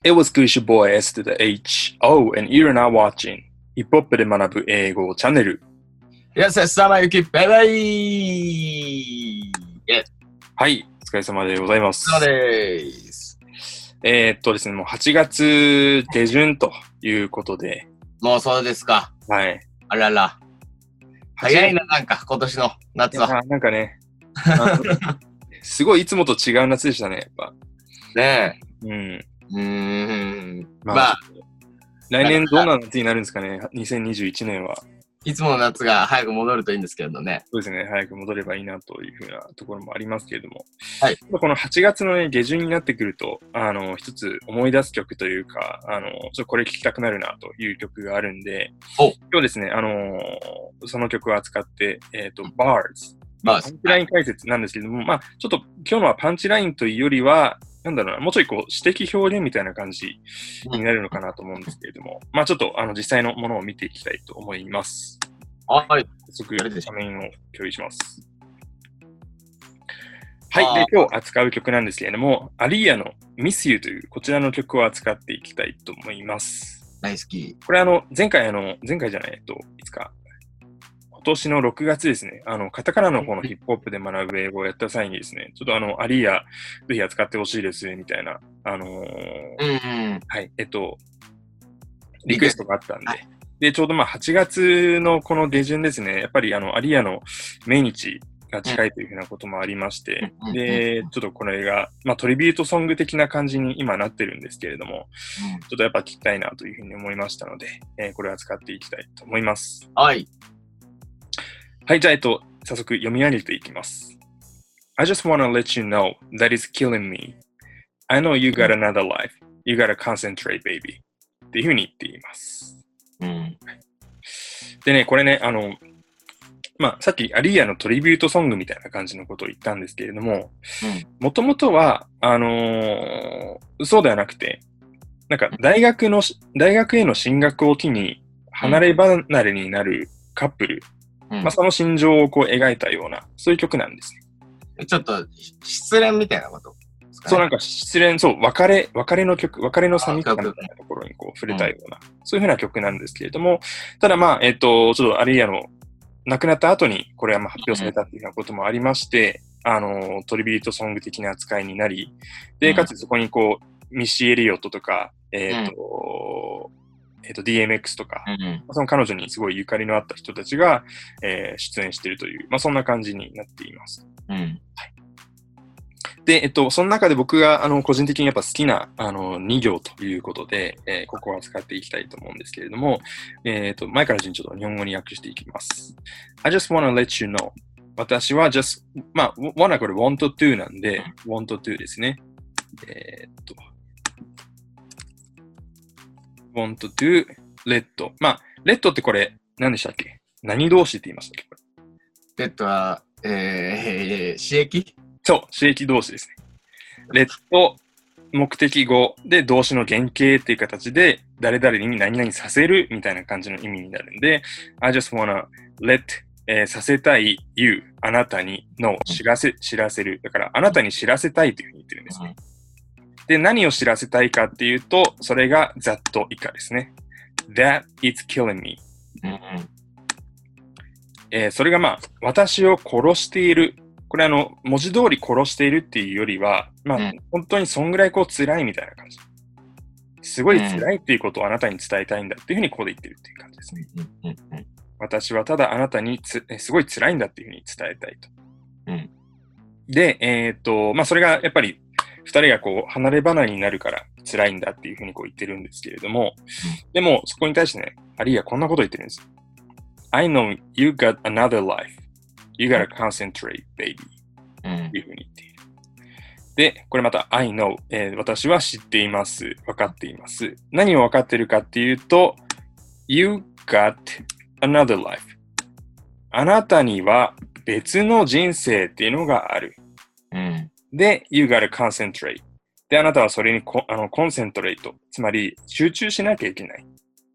It was good, your boy S to the H. Oh, and you're now watching ヒップホップで学ぶ英語チャンネル。 やささまゆきバイバイ。 はい、お疲れ様でございます。 そうです。 ですね、もう8月下旬ということで。 もうそうですか。 はい。 あらら。早いな、なんか今年の夏は。 なんかね、すごいいつもと違う夏でしたね、やっぱ。 ねえ。 まあ、 来年どんな夏になるんですかね、2021年は。 いつもの夏が早く戻るといいんですけどね。 そうですね、早く戻ればいいなというふうなところもありますけれども。 はい。 この8月の、ね、下旬になってくると、一つ思い出す曲というか、ちょっとこれ聴きたくなるなという曲があるんで、今日ですね、その曲を扱って、Bars。パンチライン解説なんですけれども、ちょっと今日のはパンチラインというよりは、なんだろうな、もうちょいこう、詩的表現みたいな感じになるのかなと思うんですけれども、ちょっと実際のものを見ていきたいと思います。 はい。 早速、画面を共有します。はい。で、今日扱う曲なんですけれども、アリーアの Miss You というこちらの曲を扱っていきたいと思います。 大好き。 これ前回じゃない、いつか、今年の6月ですね、カタカナの方のヒップホップで学ぶ英語をやった際にですね、ちょっとアリーア、ぜひ扱ってほしいです、みたいな、はい、リクエストがあったんで、で、ちょうど8月のこの下旬ですね、やっぱりアリーアの命日が近いというふうなこともありまして、で、ちょっとこれが、トリビュートソング的な感じに今なってるんですけれども、ちょっとやっぱ聞きたいなというふうに思いましたので、これを扱っていきたいと思います。 はい。 はい、じゃあ、早速読み上げていきます。I just wanna let you know that it's killing me. I know you got another life. You gotta concentrate, baby. っていうふうに言っています。でね、これね、さっきアリーアのトリビュートソングみたいな感じのことを言ったんですけれども、もともとは、そうではなくて、なんか大学への進学を機に離れ離れになるカップル、その心情をこう描いたような、そういう曲なんですね。 ちょっと失恋みたいなことですかね。 そう、なんか失恋、そう、別れの曲、別れの寂しさみたいなところにこう触れたような、そういうふうな曲なんですけれども、ただちょっとアリーアの亡くなった後にこれは発表されたっていうようなこともありまして、トリビュートソング的な扱いになり、で、かつそこにこう、ミッシー・エリオットとか、DMX とか、その彼女にすごいゆかりのあった人たちが、出演しているという、そんな感じになっています。はい、で、その中で僕が個人的にやっぱ好きな2行ということで、ここは使っていきたいと思うんですけれども、前から順にちょっと日本語に訳していきます。I just wanna let you know. 私は just, wanna これ want to なんで、want to ですね。want to let. let ってこれ何でしたっけ？何動詞って言いましたっけ？ let は、詞益？ そう、詞益動詞ですね。let 目的語で動詞の原型っていう形で誰々に何々させるみたいな感じの意味になるんで、I just wanna let、させたい you あなたにの知らせる。だからあなたに知らせたいというふうに言ってるんですね。で、何を知らせたいかっていうと、それが that 以下ですね。That is killing me。それが私を殺している。これ文字通り殺しているっていうよりは、本当にそんぐらいこう辛いみたいな感じ。すごい辛いっていうことをあなたに伝えたいんだっていうふうにここで言ってるっていう感じですね。私はただあなたにすごい辛いんだっていうふうに伝えたいと。で、それがやっぱり二人がこう離れ離れになるから辛いんだっていうふうにこう言ってるんですけれども、でもそこに対してね、アリーはこんなこと言ってるんです。I know you got another life.You gotta concentrate, baby. っていうふうに言っている。で、これまた I know、私は知っています。分かっています。何を分かっているかっていうと You got another life. あなたには別の人生っていうのがある。で、You gotta concentrate. で、あなたはそれにコンセントレート。つまり集中しなきゃいけない。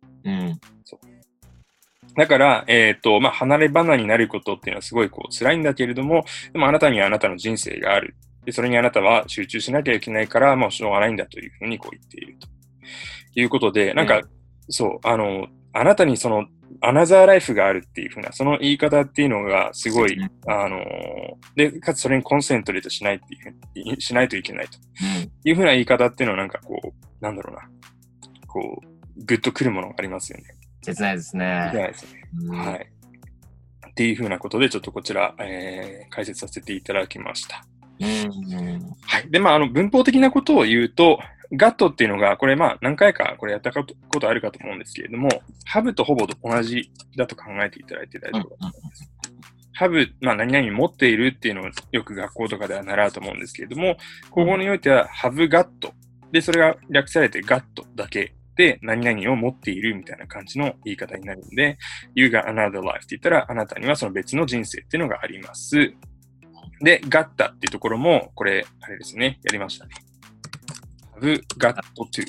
だから、離れ離れになることっていうのはすごいこう辛いんだけれども、でもあなたにはあなたの人生がある。で、それにあなたは集中しなきゃいけないから、もうしょうがないんだというふうにこう言っていると。 いうことで、なんか、そう、あなたにその、アナザーライフがあるっていうふうな、その言い方っていうのがすごい、で、かつそれにコンセントレートしないっていう、しないといけないというふうな言い方っていうのはなんかこう、なんだろうな、こう、グッとくるものがありますよね。 切ないですね。 切ないですね。はい。っていうふうなことで、ちょっとこちら、解説させていただきました。はい。で、文法的なことを言うと、ガットっていうのが、これ何回かこれやったことあるかと思うんですけれども、ハブとほぼ同じだと考えていただいて大丈夫だと思います。ハブ、何々持っているっていうのをよく学校とかでは習うと思うんですけれども、ここにおいては、ハブガット。で、それが略されてガットだけで、何々を持っているみたいな感じの言い方になるんで、You got another life って言ったら、あなたにはその別の人生っていうのがあります。で、ガッタっていうところも、これ、あれですね、やりましたね。Have got to.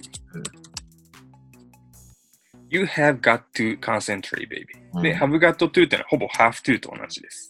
You have got to concentrate, baby. で、have got to っていうのはほぼ have to と同じです。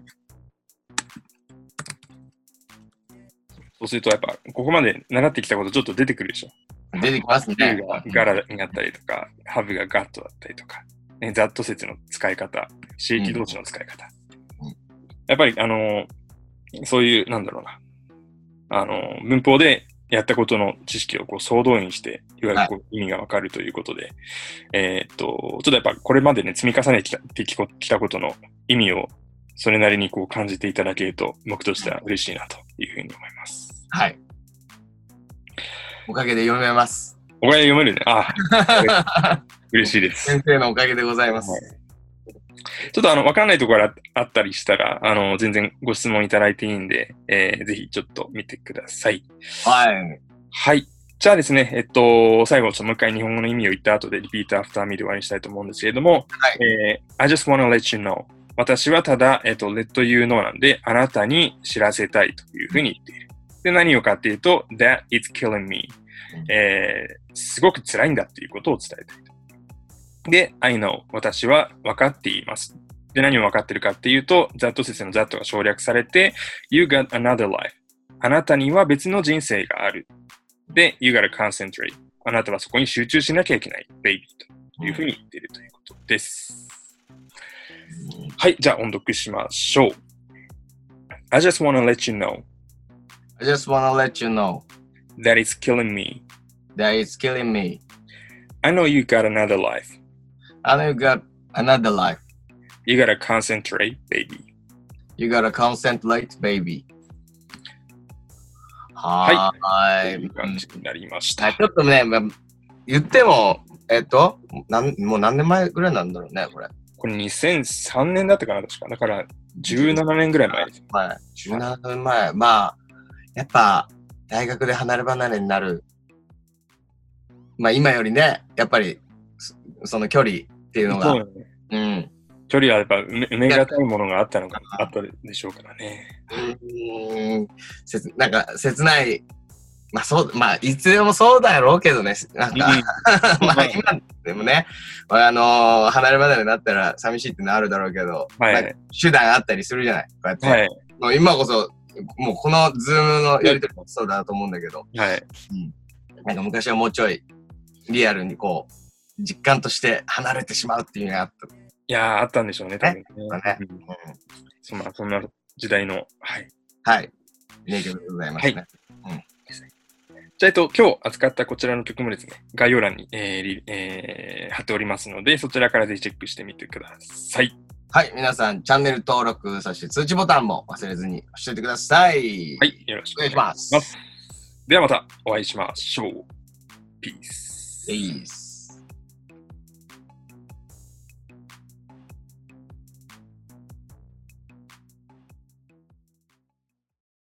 そうすると、やっぱ、ここまで習ってきたことちょっと出てくるでしょ。 出てきますね。 have がガラになったりとか、have が got だったりとか、ね、that 説の使い方、詞域動詞の使い方。やっぱり、そういう、なんだろうな、文法でやったことの知識をこう総動員して、いわゆるこう意味がわかるということで、ちょっとやっぱこれまでね、積み重ねてきたことの意味をそれなりにこう感じていただけると、僕としては嬉しいなというふうに思います。 はい。おかげで読めます。 おかげで読めるね。嬉しいです。 先生のおかげでございます。 はい、ちょっとわからないところがあったりしたら、全然ご質問いただいていいんで、ぜひちょっと見てください。 はい。 はい。じゃあですね、最後、もう一回日本語の意味を言った後で、リピートアフターミーで終わりにしたいと思うんですけれども、 はい。 I just wanna let you know. 私はただ、let you know なんで、あなたに知らせたいというふうに言っている。で、何をかっていうと、that it's killing me. すごく辛いんだっていうことを伝えたいと。で、I know. 私は分かっています。で、何を分かっているかっていうと、that 説の that が省略されて、You got another life. あなたには別の人生がある。で、You gotta concentrate. あなたはそこに集中しなきゃいけない。Baby というふうに言っているということです。はい、じゃあ音読しましょう。I just wanna let you know. I just wanna let you know. That it's killing me. That it's killing me. I know you got another life. I know you got another life. You gotta concentrate, baby. You gotta concentrate, baby. はい。という感じになりました。 ちょっとね、言っても、もう何年前ぐらいなんだろうね、これ。 これ2003年だったかな、確か。だから17年ぐらい前です。 17年前。やっぱ、大学で離れ離れになる。今よりね、やっぱり、その距離っていうのが。 距離はやっぱ埋めがたいものがあったでしょうからね。 なんか切ない。いつでもそうだろうけどね。なんか、今でもね、離れ離れになったら寂しいってのあるだろうけど、手段あったりするじゃない。こうやって。今こそ、もうこのズームのやりとりもそうだなと思うんだけど、なんか昔はもうちょいリアルにこう、実感として離れてしまうっていうのがあった。 いやー、あったんでしょうね、多分ね。そんな時代の、 はい。名曲でございますね。 じゃあ、今日扱ったこちらの曲もですね、概要欄に、貼っておりますので、そちらからぜひチェックしてみてください。 はい、皆さん、チャンネル登録、そして通知ボタンも忘れずに押しておいてください。 はい、よろしくお願いします。ではまたお会いしましょう。ピース。